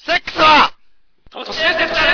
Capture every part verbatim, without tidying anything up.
セックスは都市伝説だ。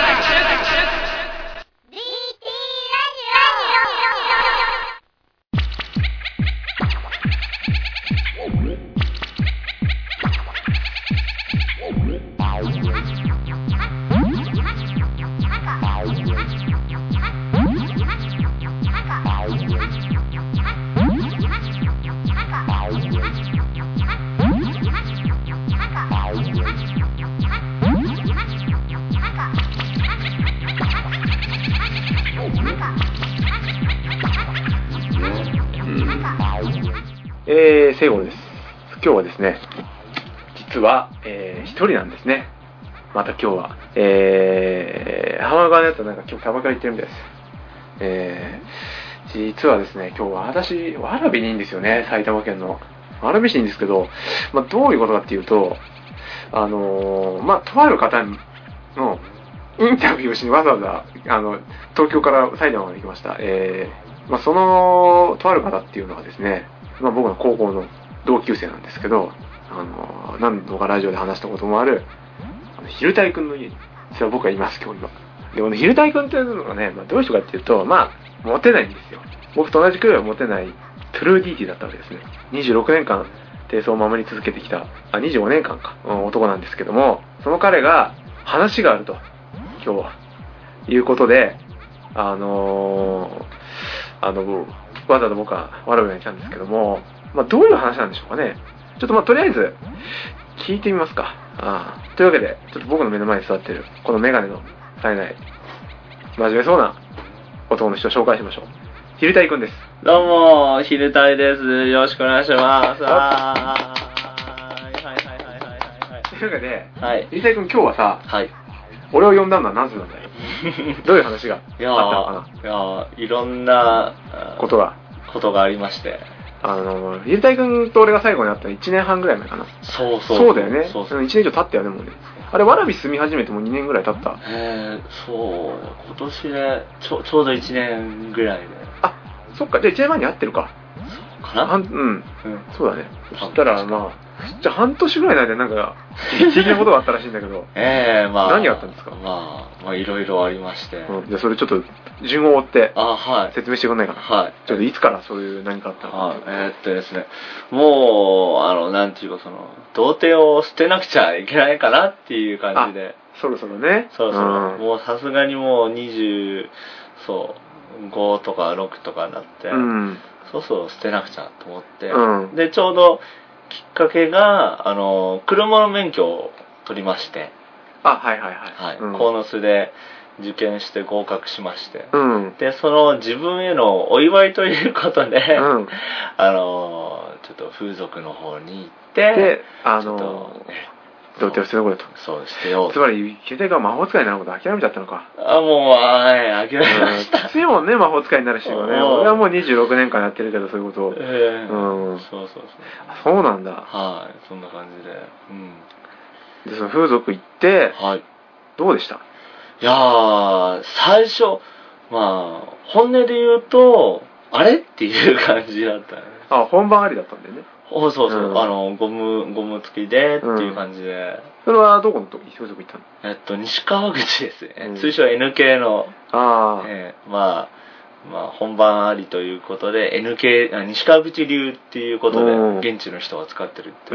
えー、聖子です。今日はですね、実は、えー、一人なんですね。また今日は、えー、浜川のやつはなんか今日キャバクラ行ってるみたいです。えー、実はですね、今日は私、蕨にいいんですよね、埼玉県の。蕨市にいいんですけど、まあ、どういうことかっていうと、あのー、まあ、とある方のインタビューをしにわざわざ、あの、東京から埼玉まで行きました。えー、まあ、その、とある方っていうのはですね、まあ、僕の高校の同級生なんですけど、あの何度かラジオで話したこともあるあの昼太くんの家にそれは僕はいます今日今でこの昼太くんっていうのがね、まあ、どういう人かっていうと、まあモテないんですよ。僕と同じくモテないトゥルーディーティだったわけですね。にじゅうろくねんかん低層を守り続けてきたあにじゅうごねんかんか、うん、男なんですけども、その彼が話があると今日はいうことで、あのー、あのわざわざ僕はわらびに来たんですけども、まあ、どういう話なんでしょうかね。ちょっとまあとりあえず聞いてみますか。ああというわけで、ちょっと僕の目の前に座ってるこのメガネの冴えない真面目そうな男の人を紹介しましょう。昼太くんです。 どうも、昼太です。よろしくお願いします。はいはいはいはいはいはい。 というわけで、 はい、 昼太くん今日はさ、 はい、 俺を呼んだのはなぜなんだよ。どういう話があったのかな。 いやー、いろんなことがことがありまして、 あの昼太くんと俺が最後に会ったのいちねんはんぐらい前かな。 そうそうそうだよね。 そうそういちねん以上経ったよねもうね。あれ蕨住み始めてもうにねんぐらい経った。 えー、そう今年でちょちょうどいちねんぐらいで。 あ、そっか。じゃあいちねんまえに会ってるか。 かな。 うん、うん、そうだね。そしたらまあじゃあ半年ぐらいの間になんか不思議なことがあったらしいんだけど。 ええー、まあ何があったんですか。 まあまあいろいろありまして。 うん、じゃあそれちょっと順を追ってあ、はい、 説明してくんないかな。 はい。 ちょっといつからそういう何かあったのか。 はい。えー、っとですね、もうあのなんていうかその童貞を捨てなくちゃいけないかなっていう感じで。 そろそろね。 そろそろ、 うん、 もうさすがにもうにじゅうそうごとかろくとかになって、 うん、 そうそう捨てなくちゃと思って、 うん、 でちょうどきっかけがあの車の免許を取りまして、 あ、はいはいはい、 はい、 うん、 鴻巣で受験して合格しまして、 うん、 でその自分へのお祝いということで、 うん、 あのちょっと風俗の方に行ってで、あのちょっと童貞を捨てようと。 そう捨てよう。 つまり昼太くんが魔法使いになること諦めちゃったのか。 あ、もうはい諦めました。 きついもんね、魔法使いになる人がね。俺はもうにじゅうろくねんかんやってるけど、そういうことを。 ええー、 うん、 そうそうそう。 そうなんだ。 はい、そんな感じで。うん。 で、その風俗行って、 はい。 どうでした？ いやー、最初、まあ、本音で言うと、あれっていう感じだったね。 あ、本番ありだったんだよね。 そうそうそう、 うん、 あの、ゴム、ゴム付きでっていう感じで。うん、 それはどこの風俗行ったの？ えっと、西川口ですね。 うん、 通称 エヌケー の、 あ、 えー、まあ、まあ、本番ありということで、エヌケー、西川口流っていうことで、現地の人が使ってるっていう。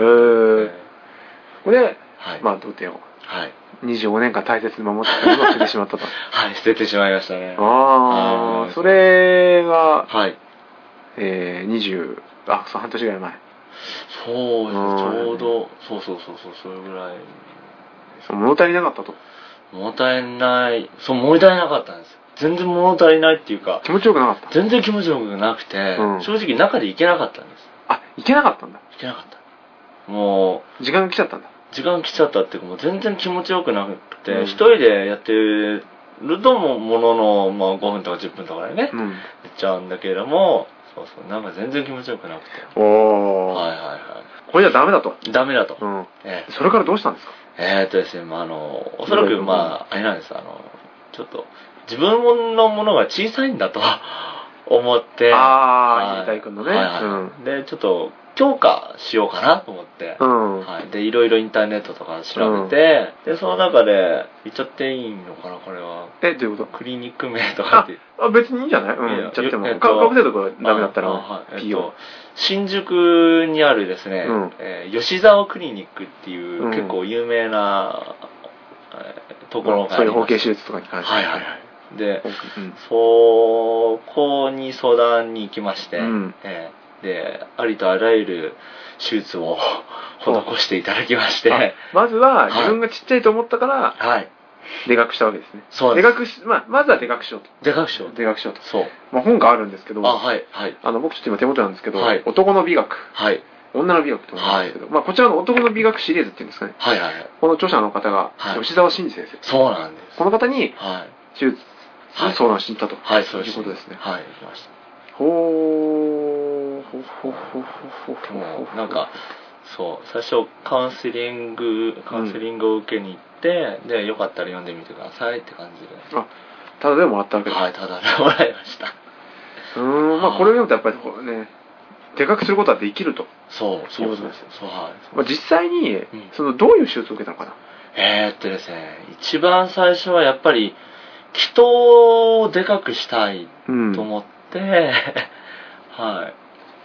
へー。これで、 はい、 まあ、童貞を。 はい。 にじゅうごねんかん大切に守ってたものを捨ててしまったと。 はい、捨ててしまいましたね。 ああ、それが、 はい。 えー、にじゅう、あ、そう、半年ぐらい前。 そうですね、ちょうど、そうそうそうそう、それぐらい。 そう、物足りなかったと。 物足りない、そう、物足りなかったんですよ。全然物足りないっていうか。 気持ちよくなかった。 全然気持ちよくなくて、うん、正直中で行けなかったんです。 あ、行けなかったんだ。 行けなかった。もう、時間が来ちゃったんだ。 時間来ちゃったっていうか、もう全然気持ちよくなくて、うん、一人でやってるともものの、まあ、ごふんとかじゅっぷんとかでね、うん、行っちゃうんだけれども、そうそう、なんか全然気持ちよくなくて。 おー。 はいはいはい。 これじゃダメだと。 ダメだと。 うん。えー、それからどうしたんですか？ えーっとですね、まあ、あの、おそらく、まあ、あれなんです、あの、ちょっと、自分のものが小さいんだと思って、 ああ、昼太くんのね。 はいはい、うん。で、ちょっと、 強化しようかなと思って、 うん、 はい、でいろいろインターネットとか調べて、うん、でその中で言っちゃっていいのかなこれは。 えどういうこと？ クリニック名とかって。 ああ別にいいんじゃない？うん、言っちゃっても。えっと、かぶせとこダメだったら、はい、ピーオー。 新宿にあるですね、うんえー、吉沢クリニックっていう、うん、結構有名な、えー、ところがありまして、そういう包茎手術とかに関して、 はいはいはい、で、うん、そこに相談に行きまして、うんえー、でありとあらゆる手術を施していただきまして、 まずは自分がちっちゃいと思ったから、はい、でかくしたわけですね。そうです。でかくし、まあ、まずはでかくしようと。 でかくしよう。 でかくしようと。 そう。 まあ、本があるんですけど、 あ、はい、はい。 あの、僕ちょっと今手元なんですけど、はい、男の美学。はい。女の美学って思うんですけど、はい、まあ、こちらの男の美学シリーズっていうんですかね。はいはいはい。この著者の方が、吉沢真司先生。 そうなんです。 この方に、はい。手術に相談していったと。 はい、そういうことですね。 はい、行きました。 ほー、ほほほほほほ。 なんか、そう、最初カウンセリング、カウンセリングを受けに行って、うん、で、よかったら読んでみてくださいって感じで。 あ、ただでもらったわけです。 はい、ただでもらいました。 うーん、まあこれを読むとやっぱりこうね、でかくすることはできると。 そう、そうそうそう、はい。 まあ、実際に、そのどういう手術を受けたのかな。 えーっとですね、一番最初はやっぱり、気筒をでかくしたいと思って、うん、はい。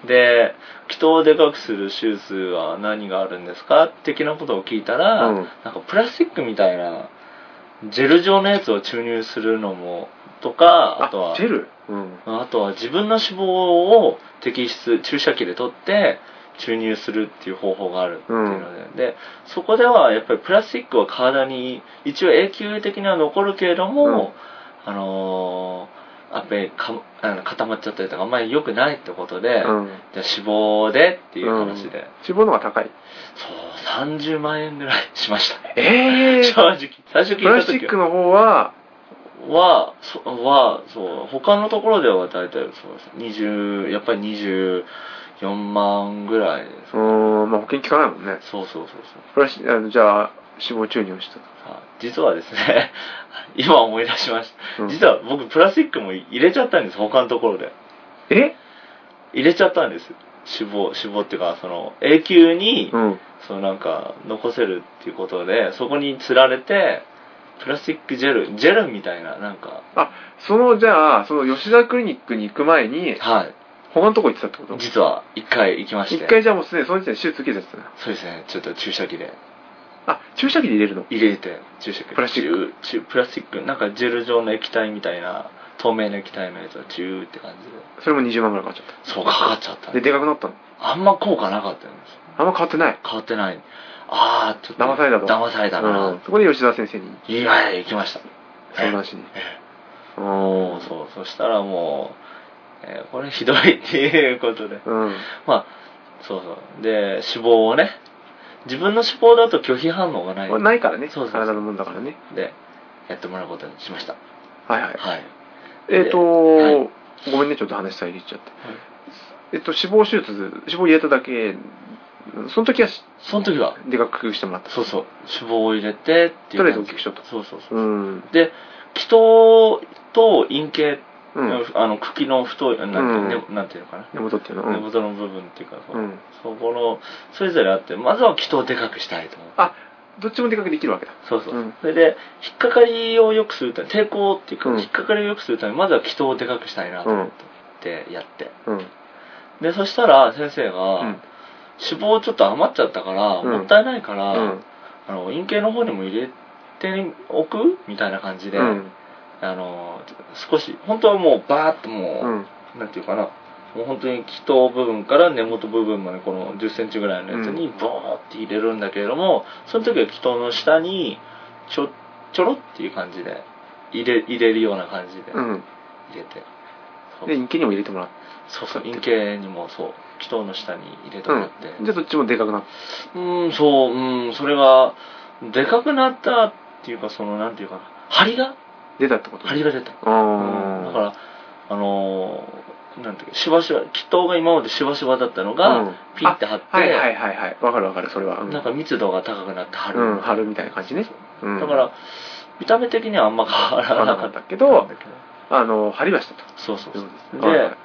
で、気筒をでかくする手術は何があるんですか的なことを聞いたら、うん、なんかプラスチックみたいなジェル状のやつを注入するのもとか、あとはジェル、 うん、あとは自分の脂肪を摘出注射器で取って注入するっていう方法があるっていうので、うん、でそこではやっぱりプラスチックは体に一応永久的には残るけれども、うん、あのーやっぱりかあの固まっちゃったりとかあんまり良くないってことで、うん、じゃあ脂肪でっていう話で、うん、 脂肪の方が高い。 そうさんじゅうまんえんぐらいしました。 えー、 正直最初聞いた時はプラスチックの方ははそはそう他のところでは大体そうですにじゅうやっぱりにじゅうよんまんぐらいです、 ね。うん、まあ保険効かないもんね。 そうそうそうそう。 プラスあのじゃあ脂肪注入をした。 実はですね今思い出しました、うん、実は僕プラスチックも入れちゃったんです他のところで。 え入れちゃったんです脂肪脂肪っていうかその永久に、うん、そのなんか残せるっていうことでそこにつられてプラスチックジェルジェルみたいななんかあそのじゃあその吉田クリニックに行く前にはい他のとこ行ってたってこと？ 実は一回行きまして一回じゃあもうすでにその時点で手術受けちゃってた。 そうですねちょっと注射器であ、注射器で入れるの？ 入れて注射器プラスチックプラスチックなんかジェル状の液体みたいな透明な液体のやつをチューって感じでそれもにじゅうまんぐらいかかっちゃった。 そうかかっちゃったででかくなったの？ あんま効果なかったんです。 あんま変わってない変わってない。ああちょっと騙されたと騙されたな、 うん、そこで吉田先生にいやいや行きました相談しに、 ええ、おーそうそしたらもう、えー、これひどいっていうことで、うん、まあそうそうで脂肪をね自分の脂肪だと拒否反応がない。 ないからね。 そうそうそう体のもんだからね。 で、やってもらうことにしました。 はいはい。 はい。 えっ、ー、とー、はい、ごめんね、ちょっと話遮っちゃって。はい、えっと、脂肪手術、脂肪入れただけ、その時は、 その時は、 でかくしてもらった。 そうそう。脂肪を入れてっていう。 とりあえず大きくしようと。 そうそうそう。うん、で、気筒と陰茎、うん、あの茎の太いなんて、うんね、なんていうのかな根元っていうの、うん、 根元の部分っていうかそ、うん、そこのそれぞれあってまずは気筒をでかくしたいと思う。 あどっちもでかくできるわけだ。 そうそう、うん、それで引っかかりを良くするため抵抗っていうか、うん、引っかかりを良くするためにまずは気筒をでかくしたいなと思ってやって、うん、でそしたら先生が、うん、脂肪ちょっと余っちゃったから、うん、もったいないから、うん、あの陰茎の方にも入れておくみたいな感じで、うんあの少し本当はもうバーッともう、うん、なんていうかなもう本当に気筒部分から根元部分までこのじゅっセンチぐらいのやつにボーって入れるんだけれども、その時は気筒の下にちょちょろっていう感じで入れ入れるような感じで入れて、 うん、で陰茎にも入れてもらう。 そうそう陰茎にもそう気筒の下に入れてもらって、 うん、じゃあどっちもでかくなった。 うんそううんそれがでかくなったっていうかそのなんていうかな張りが出たってこと？ 張りが出た。うん、だからあのー、なんていうかしばしば気筒が今までしばしばだったのが、うん、ピッて張ってはいはいはいはいわかるわかるそれは、 うん、なんか密度が高くなって張る、 うん、張るみたいな感じね、 うん、だから見た目的にはあんま変わらなかったけどあの張りはしたと。 そうそうそうで、はい、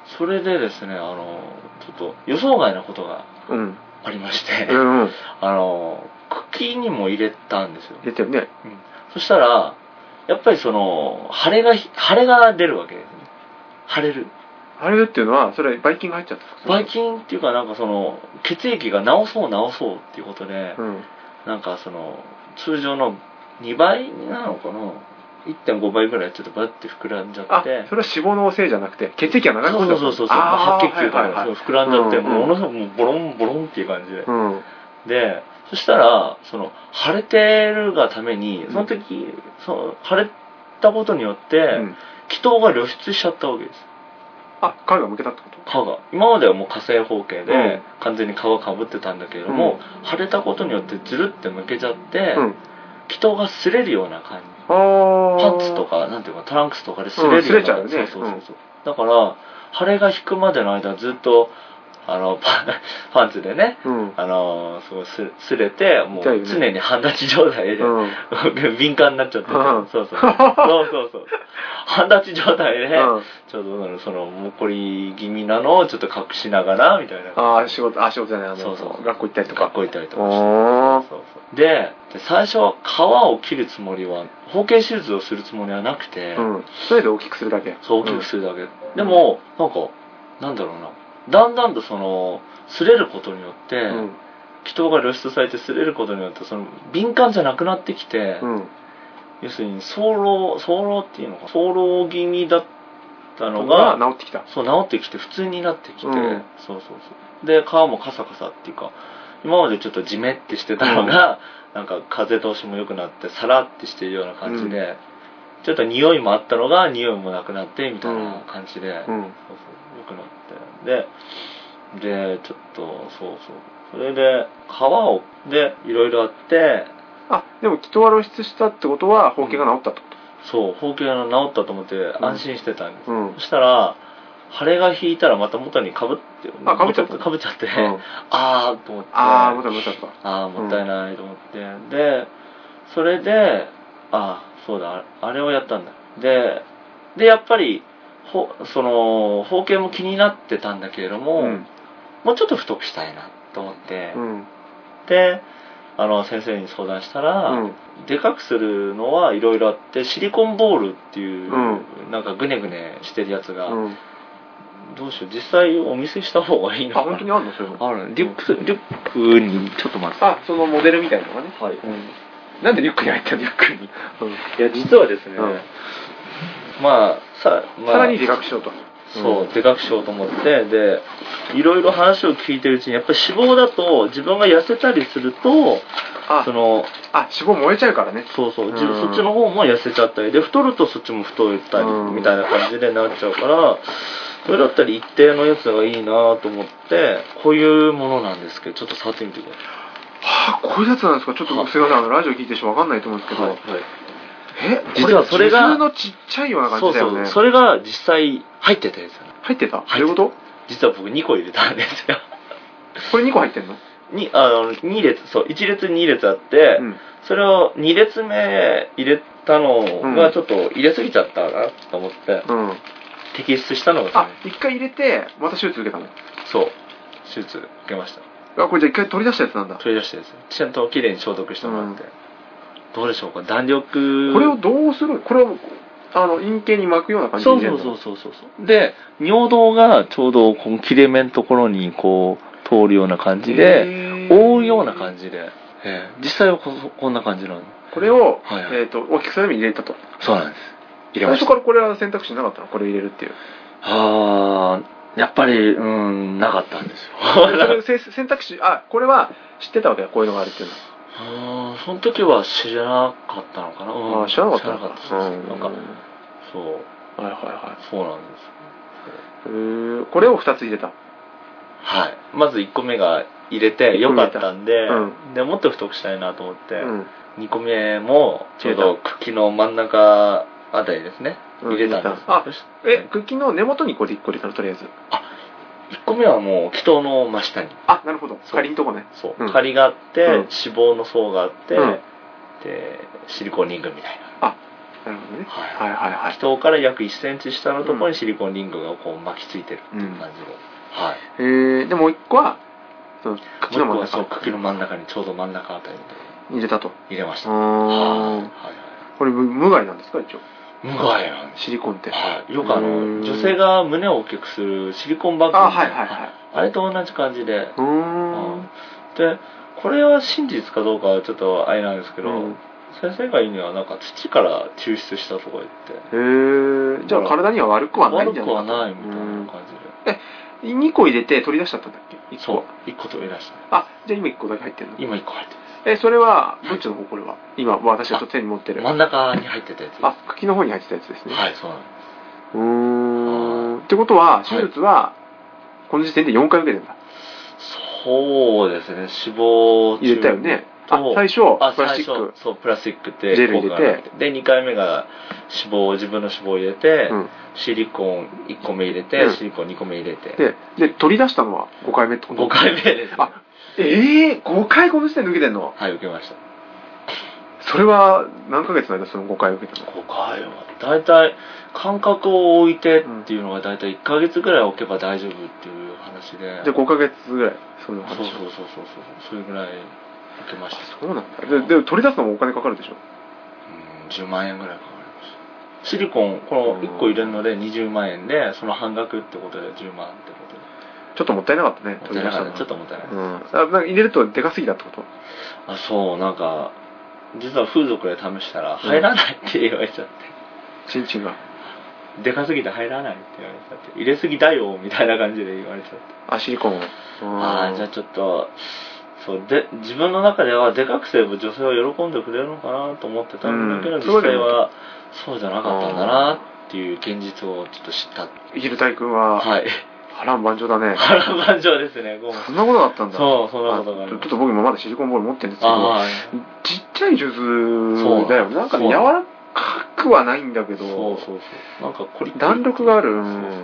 それでですね、あのちょっと予想外なことがありまして、 うんうん、 あの茎にも入れたんですよ。 入れてるね、 うん、そしたらやっぱりその腫れが腫れが出るわけですね。腫れる腫れるっていうのはそればい菌が入っちゃったんですか？ ばい菌っていうか、なんかその血液が治そう治そうっていうことで、うん、なんかその通常のにばいなのかな、いってんごばいぐらいちょっとバッて膨らんじゃって、 あ、それは脂肪のせいじゃなくて血液が流れ込んじゃった。そうそうそうそう、 白血球から膨らんじゃって、うんうん、ものすごくもうボロンボロンっていう感じで、うん、でそしたらその腫れてるがためにその時、うん、その腫れたことによって、うん、気筒が露出しちゃったわけです。 あ、皮がむけたってこと？ 皮が今まではもう火星包茎で、うん、完全に皮かぶってたんだけれども、うん、腫れたことによってズルってむけちゃって、うん、気筒が擦れるような感じ。パンツとかなんていうかトランクスとかで擦れるような、うん、擦れちゃうね。そうそうそうそう、うん、だから腫れが引くまでの間ずっとあの パ, パンツでね、うん、あのすごいす擦れてもう常に半立ち状態で、うん、敏感になっちゃってて、うん、そうそうそうそうそう半立ち状態で、うん、ちょうどそのもっこり気味なのをちょっと隠しながらみたいな。 ああ、仕事、あ仕事じゃない、あのそうそう学校行ったりとか学校行ったりとかして、そうそうでで最初は皮を切るつもりは包茎手術をするつもりはなくて、 うん、それで大きくするだけ。 そう大きくするだけ、うん、でもなんかなんだろうな、だんだんとその擦れることによって、うん、気筒が露出されて擦れることによってその敏感じゃなくなってきて、うん、要するに早漏早漏っていうのか早漏気味だったのが治ってきた。 そう治ってきて普通になってきて、うん、そうそうそうで皮もカサカサっていうか今までちょっとジメってしてたのが、うん、なんか風通しも良くなってサラってしているような感じで、うん、ちょっと匂いもあったのが匂いもなくなってみたいな感じで、うん、そうそう良くなってででちょっとそうそうそれで皮をでいろいろあって、 あでも気筒が露出したってことは包茎が治ったってこと、 うん、そう包茎が治ったと思って安心してたんです、うん、そしたら腫れが引いたらまた元にかぶってあかぶっちゃったかぶっちゃって、うん、あーと思ってあーもったいないあーもったいないと思って、うん、でそれであーそうだあれをやったんだででやっぱりほその包茎も気になってたんだけれども、うん、もうちょっと太くしたいなと思って、うん、であの先生に相談したら、うん、でかくするのはいろいろあってシリコンボールっていう、うん、なんかグネグネしてるやつが、うん、どうしよう実際お見せした方がいいのかな。 あ本当にあるのそれもあるリュックリュックにちょっと待って、 あそのモデルみたいなのがね、 はい、 なんでリュックに入ったのリュックに、いや実はですね、まあさ、まあ、 さらにでかくしようと。 そう、うん、でかくしようと思って、で、いろいろ話を聞いてるうちに、やっぱり脂肪だと自分が痩せたりすると、 あその、あ、脂肪燃えちゃうからね。 そうそう、うん、そっちの方も痩せちゃったり、で、太るとそっちも太ったり、みたいな感じでなっちゃうから、それだったら一定のやつがいいなと思って、こういうものなんですけど、ちょっと触ってみてください。 はあ、こういうやつなんですか。ちょっとすいません、あのラジオ聞いてる人わかんないと思うんですけど、はいはい、え実はそれが普通のちっちゃいような感じだよね。 そうそう、それが実際入ってたやつ。 入ってた？どういうこと？ 実は僕にこ入れたんですよ。 これにこ入ってんの？ にあのに列、そういち列に列あって、うん、それをに列目入れたのがちょっと入れすぎちゃったなと思って、うん、摘出したのが、ね、 あ一回入れてまた手術受けたの？ そう手術受けました。 あこれじゃあ一回取り出したやつなんだ。 取り出したやつちゃんときれいに消毒してもらって、うん、どうでしょうか弾力。 これをどうする？これをあの陰茎に巻くような感じで入れるの？ そうそうそうそうそうで尿道がちょうどこの切れ目のところにこう通るような感じで覆うような感じで、えー、実際は こ, こんな感じなの。 これを、はいはい、えー、と大きくするために入れたと。 そうなんです。 入れました。最初からこれは選択肢なかったの？これを入れるっていう。 ああやっぱりうんなかったんですよ。それ選択肢あこれは知ってたわけだこういうのがあるっていうのは。 あその時は知らなかったのかな。 うん、あ知らなかったのかな。 知らなかったです。うん、なんかそうはいはいはい。 そうなんです。 へーこれをふたつ入れた。 はい。まずいっこめが入れてよかったんで、うん、でもっと太くしたいなと思って、うん、にこめもちょうど茎の真ん中あたりですね、入れたんです。 あ、え、茎の根元にこれいっこ入れたのとりあえず。 あ、いっこめはもう気筒の真下に。 あ、なるほど。仮のとこね。 そう。うん、仮があって、うん、脂肪の層があって、うん、でシリコンリングみたいな。 あ、 なるほどね。 はい、 はいはいはい。 気筒から約いっセンチ下のところにシリコンリングがこう巻きついてるっていう感じで、うん、はい。 えー、でもう一個はその茎の真ん中、 そう茎の真ん中にちょうど真ん中あたりに入れたと。 入れました。 はいはい。これ無害なんですか一応。 無害なんです。 シリコンって。 はい。よくあの女性が胸を大きくするシリコンバッグ。 あはいはいはい。 あれと同じ感じで。 うん。 でこれは真実かどうかはちょっとあれなんですけど、うん、先生が言うにはなんか土から抽出したとか言って。 へえ。じゃあ体には悪くはないんじゃない悪くはないみたいな感じで。 え、にこ入れて取り出しちゃったんだっけ？いっこ。 そう。いっこ取り出した。 あ、じゃあ今いっこだけ入ってるの？ 今いっこ入ってる。 え、それはどっちの方これは？今私がちょっと手に持ってる。 真ん中に入ってたやつ。 あ、茎の方に入ってたやつですね。 はい、そうなんです。 うーん。ってことは手術はこの時点でよんかい受けてるんだ。 そうですね。脂肪入れたよね。あ、最初プラスチック。 そう、プラスチックってジェル入れて、 でにかいめが脂肪、自分の脂肪を入れて、うん、シリコンいっこめ入れて、うん、シリコンにこめ入れて。 で、で取り出したのはごかいめってこと？ ごかいめです。 あ、ええー、ごかいこの時点で受けてんの？ はい、受けました。 それは何ヶ月の間そのごかい受けたの？ ごかいはだいたい間隔を置いてっていうのがだいたいいっかげつぐらい置けば大丈夫っていう話で。 じゃあごかげつぐらいそういう話。 そうそうそうそうそうそれぐらい受けました。 そうなんだ。で、で取り出すのもお金かかるでしょ？ うん、じゅうまんえんぐらいかかりました。シリコンこのいっこ入れるのでにじゅうまんえんで、その半額ってことでじゅうまんってことで。 ちょっともったいなかったね。 取り出したのちょっともったいない。 うん。あ、なんか入れるとでかすぎたってこと？ あ、そう、なんか実は風俗で試したら入らないって言われちゃって。 チンチンがでかすぎて入らないって言われちゃって、入れすぎだよみたいな感じで言われちゃって。 あ、シリコンを。 ああ、じゃあちょっとそうで自分の中ではでかくすれば女性は喜んでくれるのかなと思ってたんだけど、うん、実際はそうじゃなかったんだなっていう現実をちょっと知った。 イヒルタイ君は、 はい。 波乱万丈だね。 波乱万丈ですね。 そんなことがあったんだ。 そう、そんなことがある。 ちょっと僕もまだシリコンボール持ってるんですけど、はい、ちっちゃい数珠だよ。なんかね、柔らかくはないんだけど、 そうそうそう。なんかコリッ弾力がある、うん、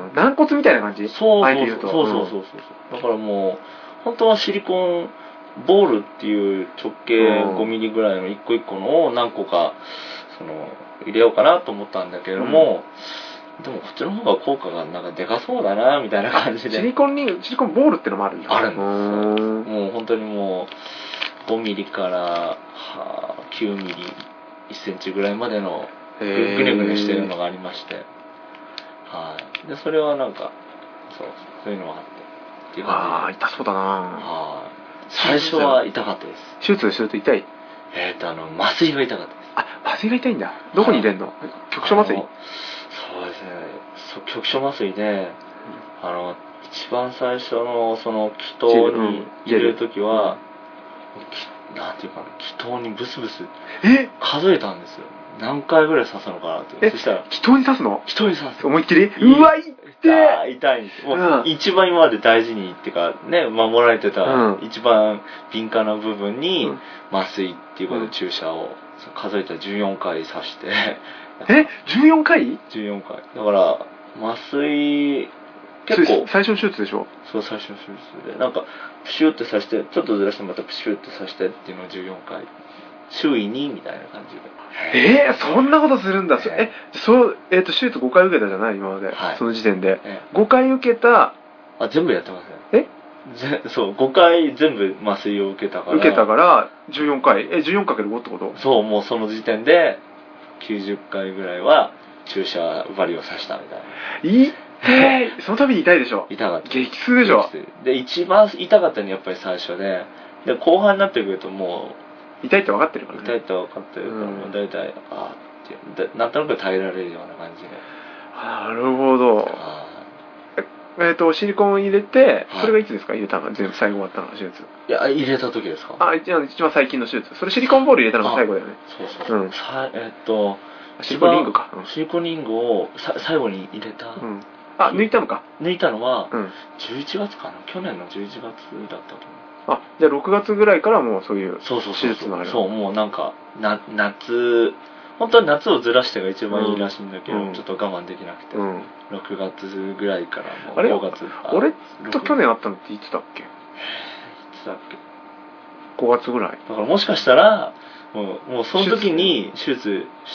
軟骨みたいな感じ。 そうそうそうそうそうそうそう。だからもう本当はシリコンボールっていう直径ごミリぐらいの一個一個のを何個かその入れようかなと思ったんだけれども。うん、でもこっちの方が効果がなんかでかそうだなみたいな感じで。 シリコンリング、シリコンボールってのもあるんだ。 あるんですよ。もう本当にもうごミリからきゅうミリ、いっセンチぐらいまでのぐねぐねしてるのがありまして、はい。でそれはなんかそうそういうのがあってっていう感じで。 ああ、痛そうだな。 はい。最初は痛かったです。 手術すると痛い？ えっとあの麻酔が痛かったです。 あ、麻酔が痛いんだ。どこに入れんの？局所麻酔？ そうですね。局所麻酔で、あの一番最初のその気筒に入れるときは、うん、なんていうかな、気筒にブスブス数えたんですよ。何回ぐらい刺すのかなって。そしたら気筒に刺すの？ 気筒に刺す。 思いっきり？うわ、痛い痛いんです。もう、うん、一番今まで大事にっていうかね守られてた、うん、一番敏感な部分に麻酔っていうことで注射を数えたらじゅうよんかい刺して。 え ?じゅうよんかい？ じゅうよんかい。だから麻酔結構最初の手術でしょ？ そう、最初の手術でなんかプシュって刺してちょっとずらしてまたプシュって刺してっていうのをじゅうよんかい周囲にみたいな感じで。 えー、そんなことするんだ。えそうえっ、ー、と手術ごかい受けたじゃない今まで、はい、その時点で、えー、ごかい受けた。 あ、全部やってますね。えぜそうごかい全部麻酔を受けたから受けたからじゅうよんかいえ じゅうよんかけるご ってこと？ そう、もうその時点できゅうじゅっかいぐらいは注射針を刺したみたいな。 いってーその度に痛いでしょ？ 痛かった。 激痛でしょ？ で一番痛かったのはやっぱり最初で、で後半になってくるともう痛いって分かってるからね。 痛いって分かってるから、もう大体あーってなんとなく耐えられるような感じで。 なるほど。えっ、ー、とシリコン入れて、それがいつですか？入れたのが全部最後終わったのが手術。 いや入れた時ですか？ あ、一番最近の手術。それシリコンボール入れたのが最後だよね。 そうそう。うん、さえっとシリコンリングか。 うん、シリコンリングをさ最後に入れた。うん、 あ、抜いたのか。 抜いたのは、うん、じゅういちがつかな。去年のじゅういちがつだったと思う。 あ、じゃあろくがつぐらいからもうそういう手術のあれ。 そう、もうなんかな夏本当は夏をずらしてが一番いいらしいんだけど、うん、ちょっと我慢できなくて、うん、ろくがつぐらいからもうごがつ。 あれ俺と去年あったのっていつだっけ？いつだっけ？ ごがつぐらい。 だからもしかしたらもう、もうその時に手術して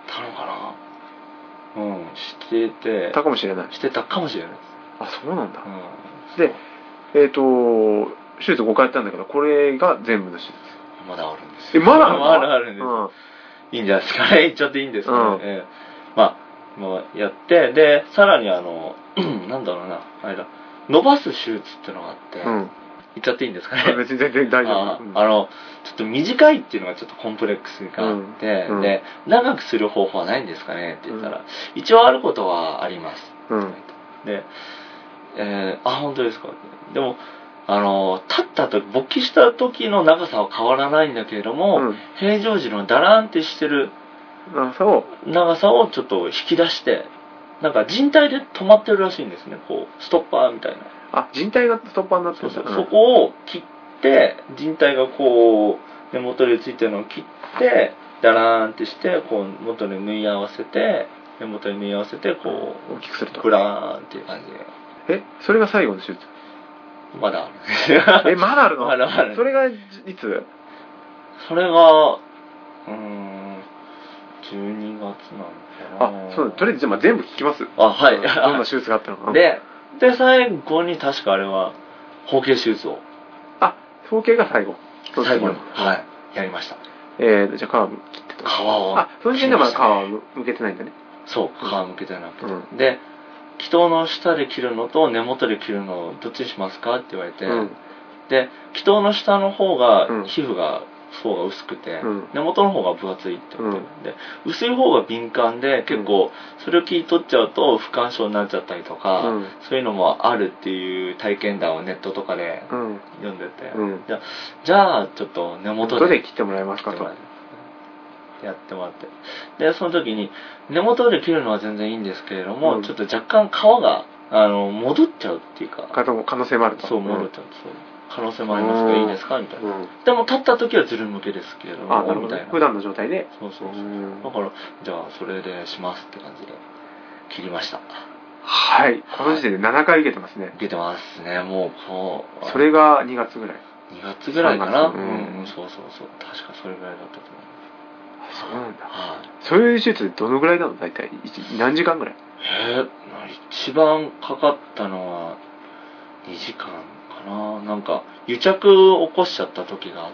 たのかな。うん、しててたかもしれない。 してたかもしれない。 あ、そうなんだ。 うん、 で、えっ、ー、と手術ごかいやったんだけど、これが全部の手術。 まだあるんですよ。 え、まだあるの？ まだあるんです、うん、いいんじゃないですかね。言っちゃっていいんですかね。うん、えー、まあ、まあ、やって、でさらにあのなんだろうな、あれだ、伸ばす手術っていうのがあって、うん、言っちゃっていいんですかね。 別に全然大丈夫。 あ、うん、あのちょっと短いっていうのがちょっとコンプレックスがあって、うん、で長くする方法はないんですかねって言ったら、うん、一応あることはあります、うん、で、えー、あ、本当ですか。でもあの立った時、勃起した時の長さは変わらないんだけれども、うん、平常時のダラーンってしてる長さを長さをちょっと引き出して、なんか人体で止まってるらしいんですね。こうストッパーみたいな。 あ、人体がストッパーになってるんだ。 そうそう、そこを切って人体がこう根元についてるのを切ってダラーンってしてこう元に縫い合わせて根元に縫い合わせてこう大きくするとブラーンっていう感じで。え、それが最後の手術？ まだある。 え、まだあるの？ まだある。 それがいつ？ それがうーんじゅうにがつなのかな。 あ、そうだ。とりあえずじゃあ全部聞きます。 あ、はい。 どんな手術があったのか。 で、で最後に確かあれは包茎手術を。 あ、包茎が最後。 最後に、はい、やりました。 えー、じゃあ皮切ってと。 皮を。 あ、その時点でまだ皮は向けてないんだね。 そう、皮向けてなくて。うん、で、気筒の下で切るのと根元で切るのどっちにしますかって言われて、うん、で、気筒の下の方が皮膚が層が薄くて、うん、根元の方が分厚いって言って、うん、で薄い方が敏感で結構それを切り取っちゃうと不干渉になっちゃったりとか、うん、そういうのもあるっていう体験談をネットとかで読んでて、うん、じゃじゃあちょっと根元で切ってもらえますかとやってもらって、でその時に根元で切るのは全然いいんですけれども、うん、ちょっと若干皮があの戻っちゃうっていうか可能性もあると。 そう戻っちゃう、そう可能性もありますがいいですかみたいな、うん、でも立った時はずる向けですけれども、 あ、なるほど、みたいな普段の状態で。 そうそうそう、だからじゃあそれでしますって感じで切りました。 はい、この時点でななかい受けてますね。 受けてますね。もうこうそれがにがつぐらいにがつぐらいかな、うん、うん、そうそうそう、確かそれぐらいだったと思う。 そうなんだ、はい、そういう手術でどのぐらいなの？大体何時間ぐらい？ えー、一番かかったのはにじかんかな。なんか癒着を起こしちゃった時があって。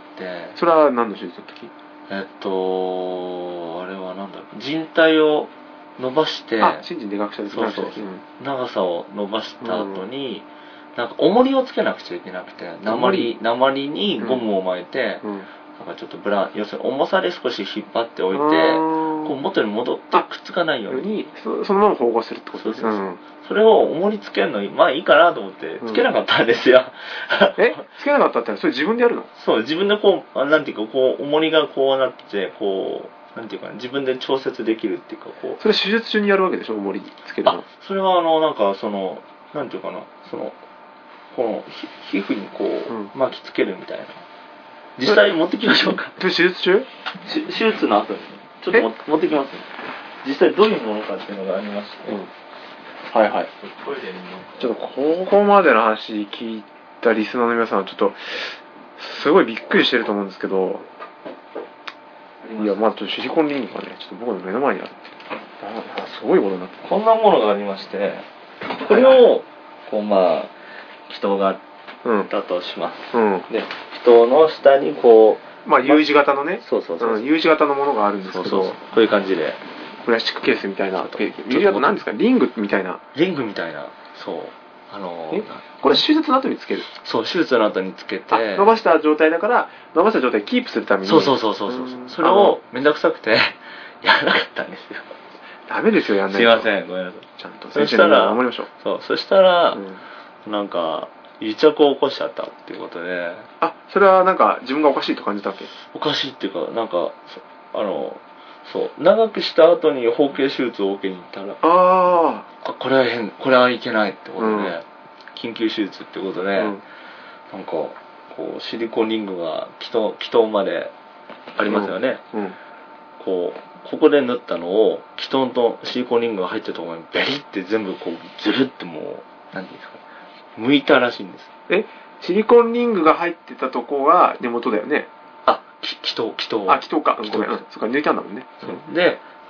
それは何の手術の時？ えっとあれはなんだろう、靭帯を伸ばして、 あ、心身でかくしたですね。 そうそう、うん、長さを伸ばした後に、うん、なんか重りをつけなくちゃいけなくて、鉛鉛にゴムを巻いて、うんうん、なんかちょっとブラ要するに重さで少し引っ張っておいて、こう元に戻ってくっつかないようにそ, そのまま縫合するってことですね。 そうそうそう、うん、それを重りつけるのにまあいいかなと思ってつけなかったんですよ、 うん、えつけなかったってそれ自分でやるの？ そう、自分でこうなんていうかこう重りがこうなってこうなんていうか、ね、自分で調節できるっていうかこう。 それ手術中にやるわけでしょ？重りつけるの。 あ、それはあのなんかそのなんていうかな、そのこの皮膚にこう、うん、巻きつけるみたいな。実際持ってきましょうか。 手術中？ 手術の後にちょっと持ってきます、ね、実際どういうものかっていうのがありまして、うん、 はいはい。トイレにちょっとここまでの話聞いたリスナーの皆さんはちょっとすごいびっくりしてると思うんですけど、いやまあちょっとシリコンリングがねちょっと僕の目の前にあるってすごいことになってこんなものがありまして、これをこうまあ気筒がだとします、うん、で気筒の下にこうまあ U 字型のね、 そうそうそう、うん、 U 字型のものがあるんですけど、そうそうそう、 こういう感じでプラスチックケースみたいな U 字型なんですか？リングみたいなリングみたいな、そうあのー、 これ手術の後につける？ そう手術の後につけて伸ばした状態だから伸ばした状態をキープするためにそうそうそうそうそう、うん、それをめんどくさくてやらなかったんですよ。 ダメですよ、やんないと。 すいません、ごめんなさい。 ちゃんと先生に守りましょう。 そう、そしたら、うん、なんか癒着を起こしちゃったっていうことで。 あ、それはなんか自分がおかしいと感じたわけ？ おかしいっていうか、なんかあのそう長くした後に包茎手術を受けに行ったら、ああ、これは変、これはいけないってことで、うん、緊急手術ってことで、うん、なんかこうシリコンリングが気筒気筒までありますよね。うんうん、こうここで縫ったのを気筒とシリコンリングが入ってるところにベリって全部こうずるってもうなんていうんですか、剥いたらしいんです。 え、シリコンリングが入ってたとこが根元だよね。 あ、気筒気筒あ、気筒か。ごめん、そっか抜いたんだもんね。 そうで、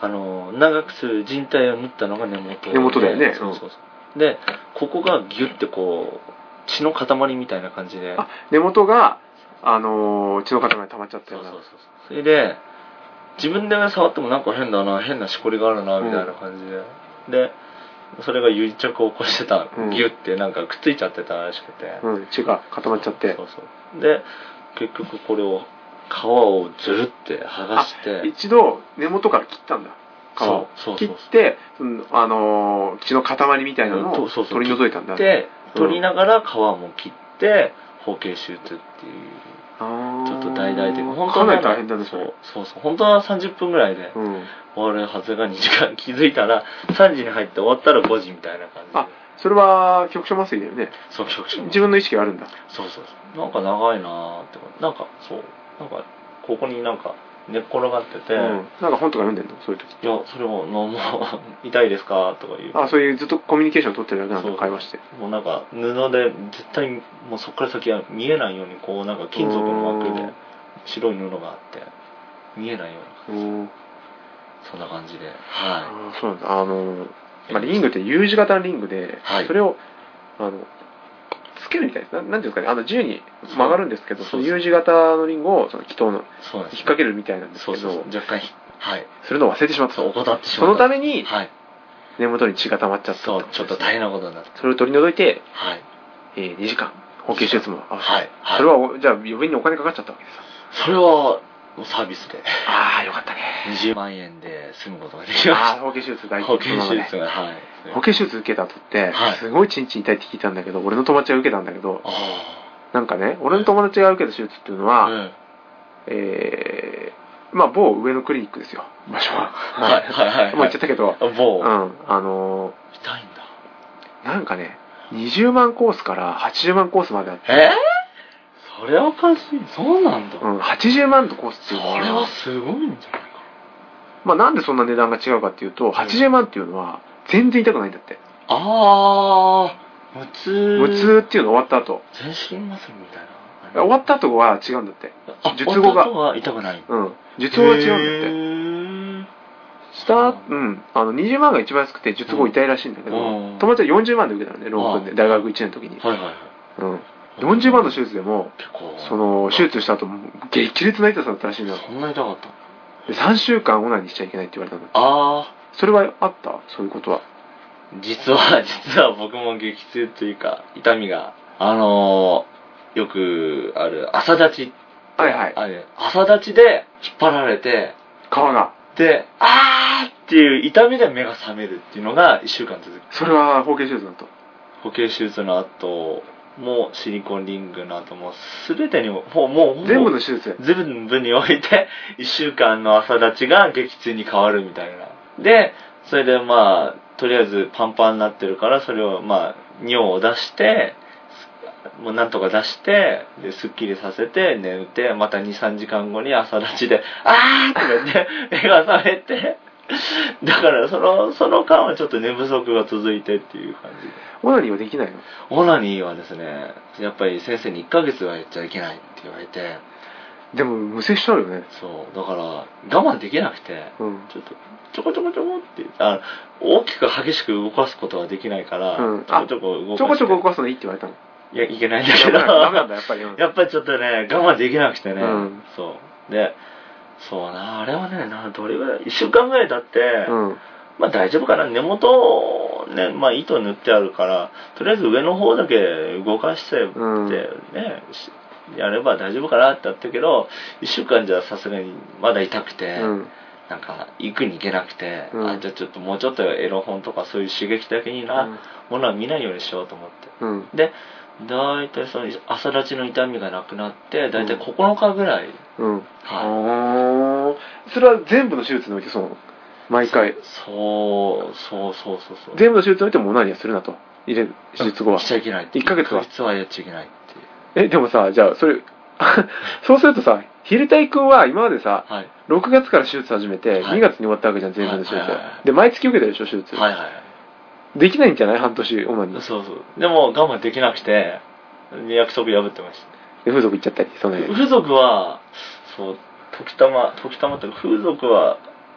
あの長くする靭帯を縫ったのが根元で、 根元だよね。 そうそうそうでここがギュッてこう血の塊みたいな感じで、 あ、根元があのー、血の塊溜まっちゃったような。 そうそうそうそう。それで自分で触ってもなんか変だな、変なしこりがあるなみたいな感じで、うん、でそれが癒着を起こしてた、うん、ギュッてなんかくっついちゃってたらしくて、 うん、血が固まっちゃって、 そうそうで結局これを皮をずるって剥がして、 一度根元から切ったんだ。皮を切ってあのー、血の塊みたいなのを取り除いたんだ。 で取りながら皮も切って包茎手術っていう、ちょっと大々的に本当はかなり大変だね。 そうそうそう本当はさんじゅっぷんぐらいで終わるはずがにじかん、気づいたらさんじに入って終わったらごじみたいな感じで。 あ、それは局所麻酔だよね。 そう、局所麻酔。 自分の意識があるんだ。 そうそうそう。なんか長いなーって、なんかそうなんかここになんか寝っ転がってて、うん、 なんか本とか読んでんのそういう時。 いやそれをもう痛いですかとか言う。 あ、そういうずっとコミュニケーション取ってるだけなんだ、会話して。 もうなんか布で絶対もうそこから先は見えないようにこうなんか金属の枠で白い布があって見えないような感じ。そんな感じで。はい。 あ、そうなんだ。あのまあリングって U 字型のリングで、はい、それをあのつけるみたいです。ななんていうんですかね、あの自由に曲がるんですけど、その U 字型のリングをその気筒の引っ掛けるみたいなんですけど、そうそうそう若干はいするのを忘れてしまった。 怠ってしまった。 そのために、はい、根元に血が溜まっちゃった。 そう、ちょっと大変なことになった。 それを取り除いて、はい、えー、にじかん包茎手術も合わせて、はいはい、それはじゃあ余分にお金かかっちゃったわけですか？ それはサービスで。 ああ、よかったね。 にじゅうまんえんで済むことができました。 ああ、包茎手術大包茎手術が、はい。 包茎手術受けた後って、はい、すごいチンチン痛いって聞いたんだけど、俺の友達が受けたんだけど、なんかね、俺の友達が受けた手術っていうのは、うん、えー、まあ某上のクリニックですよ、場所は。はいはいはい、はい。もう言っちゃったけど、某。うん、あのー、痛いんだ。なんかね、にじゅうまんコースからはちじゅうまんコースまであって。 えーそれはおかしい。そうなんだ。 うん、はちじゅうまんのコースっていうのは。 それはすごいんじゃないか。 まあなんでそんな値段が違うかっていうと、はちじゅうまんっていうのは全然痛くないんだって。 ああ、無痛。 無痛っていうの終わった後。 全身麻酔みたいな。終わった後は違うんだって。 術後が。終わった後は痛くない。 うん。術後は違うんだって。した、うん。あの、にじゅうまんが一番安くて術後痛いらしいんだけど、友達はよんじゅうまんで受けたのね、論文で。大学いちねんの時に。はいはいはい。うん。よんじゅうまんの手術でも、その、手術した後、激烈な痛さだったらしいの。 そんな痛かったで、さんしゅうかんオナニーしちゃいけないって言われたの。 ああ。 それはあったそういうことは。 実は、実は僕も激痛というか、痛みが、あのー、よくある、朝立ち。 はいはい。 あれ、朝立ちで引っ張られて、 皮が。 で、あーっていう痛みで目が覚めるっていうのがいっしゅうかん続く。 それは包茎手術の後。 包茎手術の後、もうシリコンリングの後も全てにもうもう全部の手術全部においていっしゅうかんの朝立ちが激痛に変わるみたいな。でそれでまあとりあえずパンパンになってるからそれをまあ尿を出してもうなんとか出してですっきりさせて寝てまた にさんじかんごに朝立ちであーとか言って目が覚めてだからそのその間はちょっと寝不足が続いてっていう感じで。 オナニーはできないの？ オナニーはですね、やっぱり先生にいっかげつはやっちゃいけないって言われて。 でも無精しちゃうよね。 そう、だから我慢できなくて、うん、ちょっとちょこちょこちょこってあ大きく激しく動かすことはできないから、うん、ちょこちょこ動かして。 ちょこちょこ動かすのいいって言われたの？ いやいけないんだけど。 ダメなんだやっぱり。 やっぱりちょっとね我慢できなくてね。うん、そうで、そうなあれはねなどれぐらいいっしゅうかんぐらい経って。うんまあ大丈夫かな根元ねまあ糸塗ってあるからとりあえず上の方だけ動かしてね、うん、やれば大丈夫かなってあったけどいっしゅうかんじゃさすがにまだ痛くて、うん、なんか行くに行けなくて、うん、あじゃあちょっともうちょっとエロ本とかそういう刺激的なものは見ないようにしようと思って、うん、で大体その朝立ちの痛みがなくなって大体ここのかぐらい、うんはい、それは全部の手術においてそうなの？毎回そうそうそうそうそう全部の手術においてもオナニーはするなと入れる手術後はしちゃいけないっていっかげつは実はやっちゃいけないっていうえでもさじゃあそれそうするとさヒルタイ君は今までさ、はい、ろくがつから手術始めて、はい、にがつに終わったわけじゃん全部の手術、はいはいはいはい、で毎月受けてるでしょ手術はいはいできないんじゃない半年オナニーそうそうでも我慢できなくて約束破ってましたで風俗行っちゃったりその風俗はそう時たま時たまって風俗は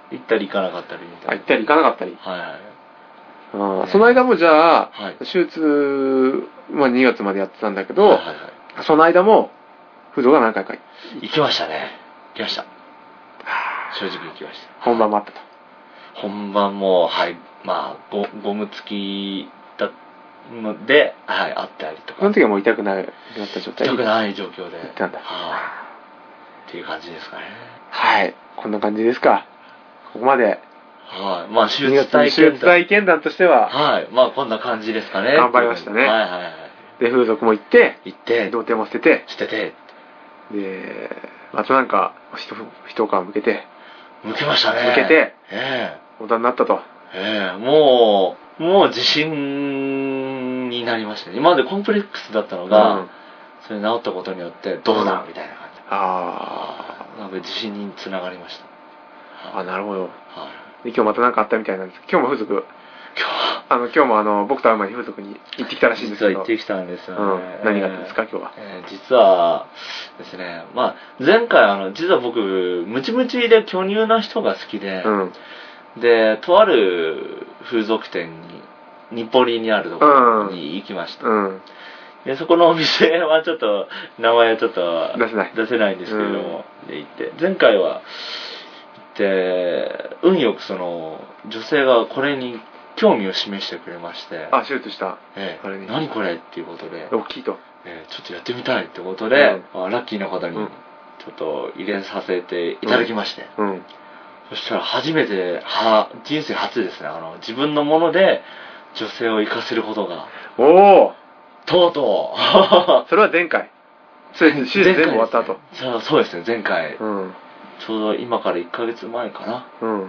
行ったり行かなかったりみたいな。 あ、行ったり行かなかったり。 はいはい。 ああ、その間もじゃあ、 はい、 手術、まあにがつまでやってたんだけど、はいはいはい、その間も、風俗が何回か行きましたね。行きました。正直行きました。 本番もあったと。 本番も、はい、まあ、ゴ, ゴム付きだので、はい、あったりとか。 その時はもう痛くなくなった状態。 痛くない状況で。 行ったんだ。はあ、っていう感じですかね。 はい。こんな感じですか。ここまで。 はい。まあ、手術体験談。 手術体験談としては。 はい。まあ、こんな感じですかね。 頑張りましたね。はいはいはい。で、風俗も行って、 行って、 童貞も捨てて、 捨てて、 で、あとなんか、一一皮向けて、 向けましたね。 向けて、 ええー、大人になったと。 ええー、もう、もう自信になりましたね。今までコンプレックスだったのが、うん、それ治ったことによって、どうだ、うん、みたいな感じ。ああ。なんか自信につながりました。 あ、なるほど。はい。 で、 今日また何かあったみたいなんですけど、今日も風俗、今日あの、今日もあの、僕と会う前に風俗に行ってきたらしいんですけど。 実は行ってきたんですよね。うん、 何があったんですか、今日は。 えー、実はですね、まあ、前回あの、実は僕、ムチムチで巨乳な人が好きで、うん、で、とある風俗店に、日暮里にあるところに行きました。うんうん、で、そこのお店はちょっと、名前はちょっと出せない、 出せないんですけれども、うん、で行って、前回は、行って、運よくその、女性がこれに興味を示してくれまして、 あ、手術した。 ええ、何これっていうことで、 大きいと。 ええ、ちょっとやってみたいってことで、うん、ラッキーな方に、ちょっと入れさせていただきまして、うんうん、そしたら初めて、は、人生初ですね、あの、自分のもので女性を生かせることが、 おーとうとうそれは前回。それ手術全部終わった後。 そう、そうですね、前回。うん、ちょうど今からいっかげつまえかな。うん。うん。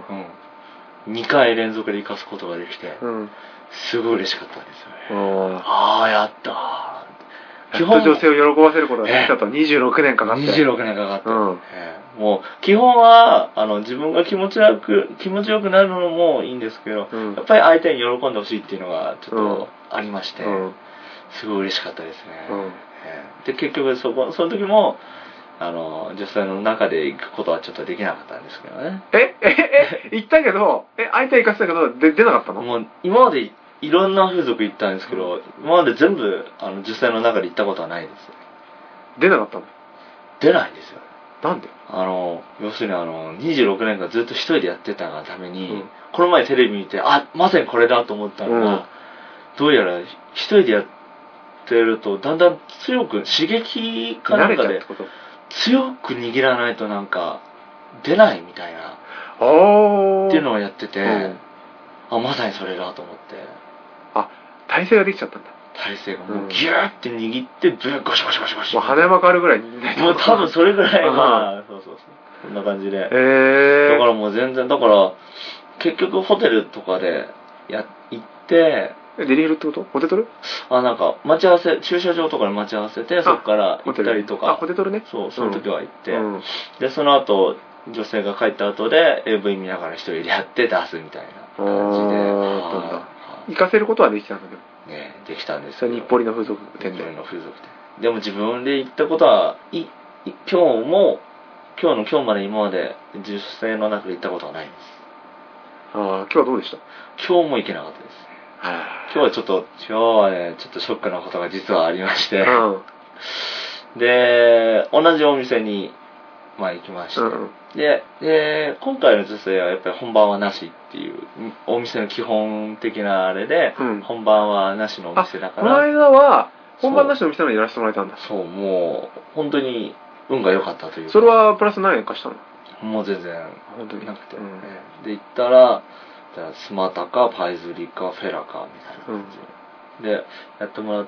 にかい連続で生かすことができて、うん、すごい嬉しかったんですよね。ああ、やったー。基本、女性を喜ばせることができたと、にじゅうろくねんかかって。 にじゅうろくねんかかって。うん、えー、もう、基本は、あの、自分が気持ちよく、気持ちよくなるのもいいんですけど、うん、やっぱり相手に喜んでほしいっていうのが、ちょっとありまして、うん、すごい嬉しかったですね。うん、えー、で、結局、そこ、その時も、あの、女性の中で行くことはちょっとできなかったんですけどね。 えええ行ったけど、え、相手行かせたけど、で出なかったの？ もう、今までいろんな風俗行ったんですけど、うん、今まで全部、あの、女性の中で行ったことはないです。 出なかったの？ 出ないんですよ。 なんで？ あの、要するにあの、にじゅうろくねんかんずっと一人でやってたがために、うん、この前テレビ見て、あ、まさにこれだと思ったのが、うん、どうやら一人でやってると、だんだん強く、刺激かなんかで、強く握らないとなんか出ないみたいなっていうのをやってて、うん、あ、まさにそれだと思って、 あ、体勢ができちゃったんだ。 体勢がもうギューって握ってブーゴシゴシゴシゴシ、 もう花山変わるぐらい握ないともう多分それぐらいはそうそうそうこんな感じで、へー、だからもう全然だから結局ホテルとかでや行ってデリヘルってこと？ホテトル？ あ、なんか待ち合わせ、駐車場とかで待ち合わせて、そこから行ったりとか。 あ、ホテトルね。 そう、その時は行って、うん、で、その後、女性が帰った後で エーブイ 見ながら一人でやって出すみたいな感じで。 ああ、行かせることはできたんだけど。 ね、できたんですよ。 日暮里の風俗店で。 日暮里の風俗店。でも自分で行ったことは、い、い今日も、今日の今日まで今まで女性の中で行ったことはないです。 ああ、今日はどうでした？ 今日も行けなかったです。今日はちょっと、今日はね、ちょっとショックなことが実はありまして、うん、で、同じお店に、まあ行きまして、うん、で、で、今回の女性はやっぱり本番はなしっていう、お店の基本的なあれで、うん、本番はなしのお店だから。 この間は、本番なしのお店のやらせてもらえたんだ。 そう、もう、本当に運が良かったというか。 それはプラス何円かしたの？ もう全然、本当になくて。うん、で、行ったら、スマタかパイズリかフェラかみたいな感じ、うん、でやってもらって、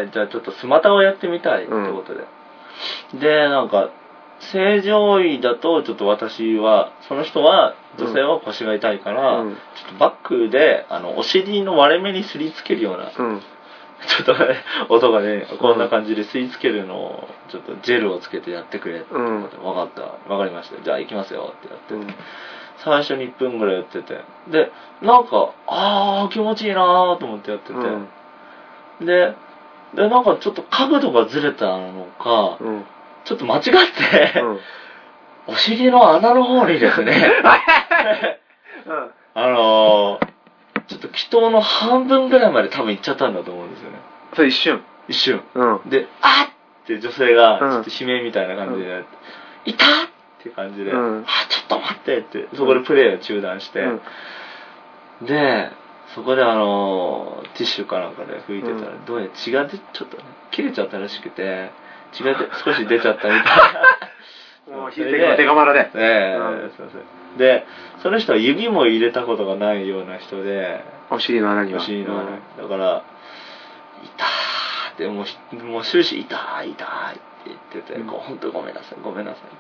じゃあちょっとスマタをやってみたいってことで、うん、でなんか正常位だとちょっと私はその人は女性は腰が痛いから、うん、ちょっとバックであのお尻の割れ目にすりつけるような、うん、ちょっとね音がねこんな感じですりつけるのをちょっとジェルをつけてやってくれってことで、分かった分かりました、じゃあ行きますよってやってて、うん、最初にいっぷんぐらいやってて、で、なんか、あー、気持ちいいなーと思ってやってて、うん、で、で、なんかちょっと角度がずれたのか、うん、ちょっと間違って、うん、お尻の穴の方にですね、 祈祷の半分ぐらいまで多分行っちゃったんだと思うんですよね。 それ一瞬一瞬、 うん、 で、あっって女性がちょっと悲鳴みたいな感じで、うん、いたっていう感じで、うん、あ、ちょっと待ってって、そこでプレイを中断して、うん、で、そこであの、ティッシュかなんかで拭いてたら、うん、どうやら血が出、ちょっとね、切れちゃったらしくて、血がで少し出ちゃったみたいな。 もう、ひいてがデカマラで。 ねえ、うん、すいません。で、その人は指も入れたことがないような人で、 お尻の穴には。 お尻の穴に。だから、いたー。でもう、もう終始痛い痛いって言ってて、うん、本当にごめんなさいごめんなさいって、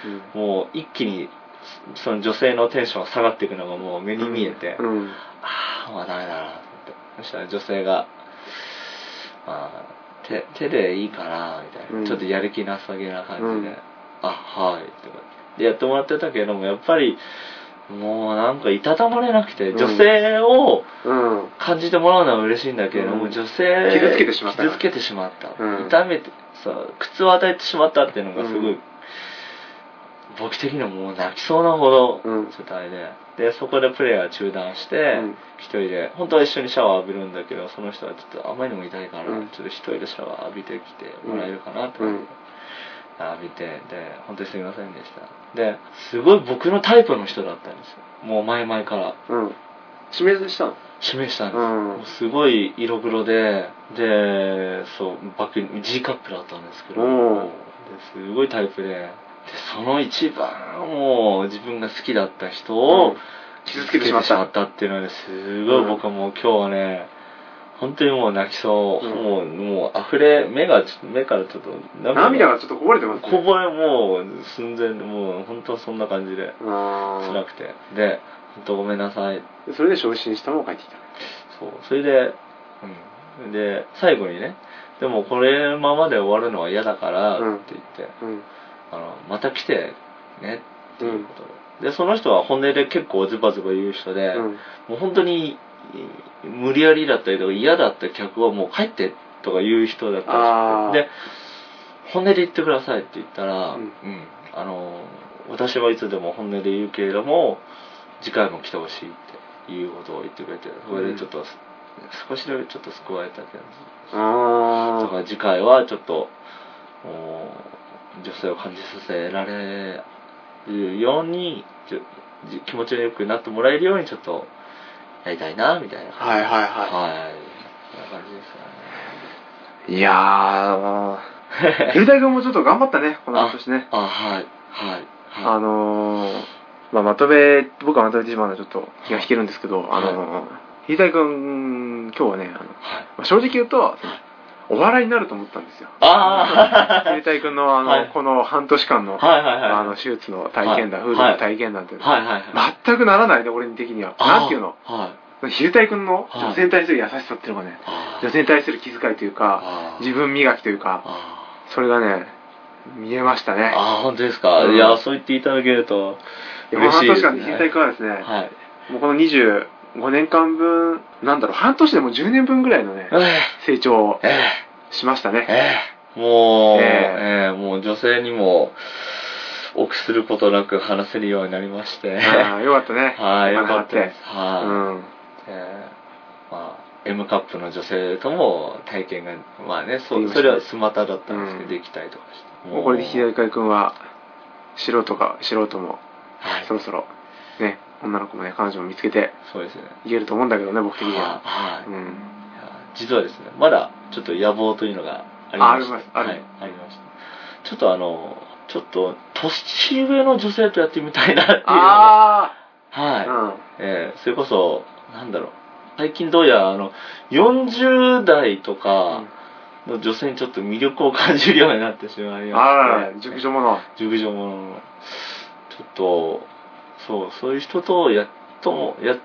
うん、もう一気にその女性のテンションが下がっていくのがもう目に見えて、うんうん、ああもうダメだなと思って、そしたら女性が、まあ、手, 手でいいかなみたいな、うん、ちょっとやる気なさげな感じで、うん、あはいとかでやってもらってたけども、やっぱりもうなんかいたたまれなくて、女性を感じてもらうのは嬉しいんだけれども、うん、女性傷つけてしまった、 傷つけてしまった、うん、痛めてさ、苦痛を与えてしまったっていうのがすごい、うん、僕的にはもう泣きそうなほど状態で、うん、でそこでプレイは中断して、うん、一人で本当は一緒にシャワー浴びるんだけど、その人はちょっとあまりにも痛いから、うん、ちょっと一人でシャワー浴びてきてもらえるかなって、うんうん浴びて、で、本当にすみませんでした。で、すごい僕のタイプの人だったんですよ。もう前々から。 うん。指名したの？ 指名したんです。うん、もうすごい色黒で、で、そう、バック、G カップだったんですけど、うん、ですごいタイプで、で、その一番もう自分が好きだった人を、うん、 傷つけてしまったっていうのはね、すごい僕はもう今日はね、本当にもう泣きそう、うん、もう、もう溢れ、目が、目からちょっと涙、涙がちょっとこぼれてますね。 こぼれ、もう寸前、もう本当そんな感じで、辛くて。で、本当ごめんなさい。 それで昇進したのを帰ってきた。 そう、それで、うん。で、最後にね、でもこれままで終わるのは嫌だからって言って、うん、あの、また来てねっていうことで。うん、で、その人は本音で結構ズバズバ言う人で、うん、もう本当に、無理やりだったりとか嫌だった客はもう帰ってとか言う人だったらしくて、で本音で言ってくださいって言ったら、うんうん、あの私はいつでも本音で言うけれども次回も来てほしいっていうことを言ってくれて、それでちょっと、うん、少しだけちょっと救われたけど、だから次回はちょっと女性を感じさせられるように気持ちよくなってもらえるようにちょっとやりたいなみたいな感じ。 はいはいはい。はい。 そんな感じですかね。いやー、ヘルタイ君もちょっと頑張ったね、この半年ね。 あ、あはいはい、はい。 あのー、まあまとめ、僕はまとめてしまうのはちょっと気が引けるんですけど、はい、あのー、ヘルタイ君、今日はね、あの、はい、まあ、正直言うと、はい、お笑いになると思ったんですよ。 ああ。 ヘルタイ君のあの、はい、この半年間の、はいはいはい、あの、手術の体験談、はい、フードの体験談っていうのは、はいはいはい、全くならないで、俺的には。なんていうの、はい、ヘルタイ君の女性に対する優しさっていうのがね、はい、女性に対する気遣いというか、自分磨きというか、それがね、見えましたね。 ああ、本当ですか。うん、いや、そう言っていただけると嬉しいですね。 半年間でヘルタイ君はですね、はい、もうこのにじゅうごねんかんぶん、なんだろう、半年でもじゅうねんぶんぐらいのね、えー、成長を、えーしましたね。 えー、もう、えーえー、もう女性にも臆することなく話せるようになりまして。 ああ、よかったね。 はい、よかったです。はい、うん。えー、まあ M カップの女性とも体験がまあね、そそれはスマタだったんですけど、うん、できたりとかして。 もうこれで左海君は素人か素人も、はい、そろそろね、女の子もね、彼女も見つけて、そうですね。いけると思うんだけどね、僕的には。はい。うん。 実はですね、まだちょっと野望というのがありまして、あります、ある、はい、ありました。ちょっとあの、ちょっと年上の女性とやってみたいなっていうのが、あはい、うん、えー、それこそなんだろう、最近どうやらあのよんじゅう代とかの女性にちょっと魅力を感じるようになってしまいまして、 ああ、熟女者、 熟女者のちょっとそうそういう人とやともやって。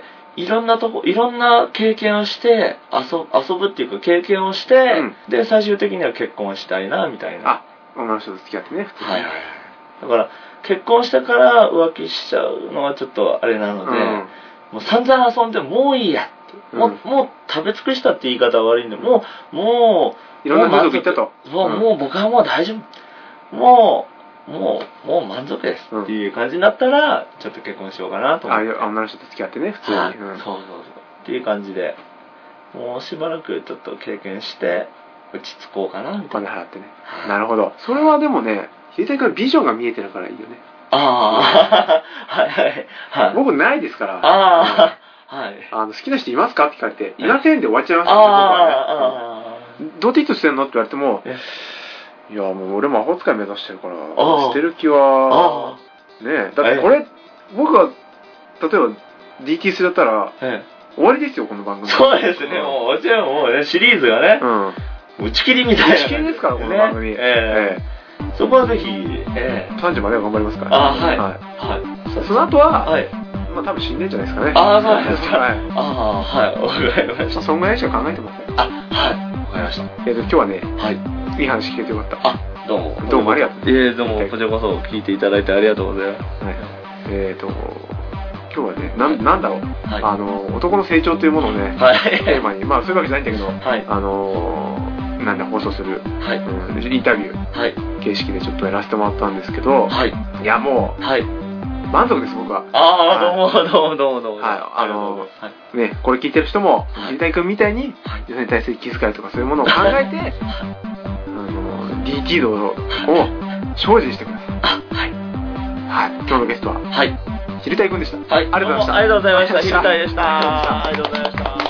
いろんなとこ、いろんな経験をして遊、遊ぶっていうか経験をして、うん、で最終的には結婚したいなみたいな。 あ、女の人と付き合ってね、普通に。はいはいはい。 だから結婚してから浮気しちゃうのはちょっとあれなので、うん、もう散々遊んでもういいやって、うん、もうもう食べ尽くしたって言い方は悪いんで、もうもういろんな満足いったと。 そう、うん、もう僕はもう大丈夫。もう。もう、もう満足ですっていう感じになったら、ちょっと結婚しようかなと思って。 あ、女の人と付き合ってね、普通に。はい、 うん、そうそうそう。っっていう感じで、もうしばらくちょっと経験して落ち着こうかなみたいな。 お金払ってね。なるほど。それはでもね、ひりたい君ビジョンが見えてるからいいよね。 ああ、はいはいはい。 僕ないですから。 ああ、はい。 あの好きな人いますかって聞かれて、いませんで終わっちゃいますよね、僕はね。どうデートしてんのって言われても、いやもう俺魔法使い目指してるから、捨てる気は、ね、だってこれ、僕が、例えば ディーティーエス だったら、終わりですよ、この番組。 そうですね、もう、もちろんもうね、シリーズがね、打ち切りみたいな。 打ち切りですから、この番組。 そこはぜひ、 さんじまでは頑張りますから。 あ、はい。はい。 その後は、まあ多分死んでんじゃないですかね。 ああ、そうですか。 はい。 ああ、はい。わかりました。 そんぐらいしか考えてません。 あ、はい。わかりました。 えっと、今日はね、 はい。 いい話聞けてよかった。 あ、どうも。 どうもありがとう。 ええ、どうも、こちらこそ聞いていただいてありがとうございます。 はい。えっと、今日はね、なん、なんだろう。あの、男の成長というものをね、テーマに、まあそういうわけじゃないんだけど、あの、なんだ、放送する、インタビュー形式でちょっとやらせてもらったんですけど、いや、もう、満足です、僕は。 ああ、どうも、どうも、どうも、どうも。 はい、あの、ね、これ聞いてる人も、ひりたい君みたいに、女性に対する気遣いとかそういうものを考えて、あの、ディーティー 道を精進してください。はい。はい、今日のゲストは、はい。ひりたい君でした。 はい、ありがとうございました。ありがとうございました。ひりたいでした。ありがとうございました。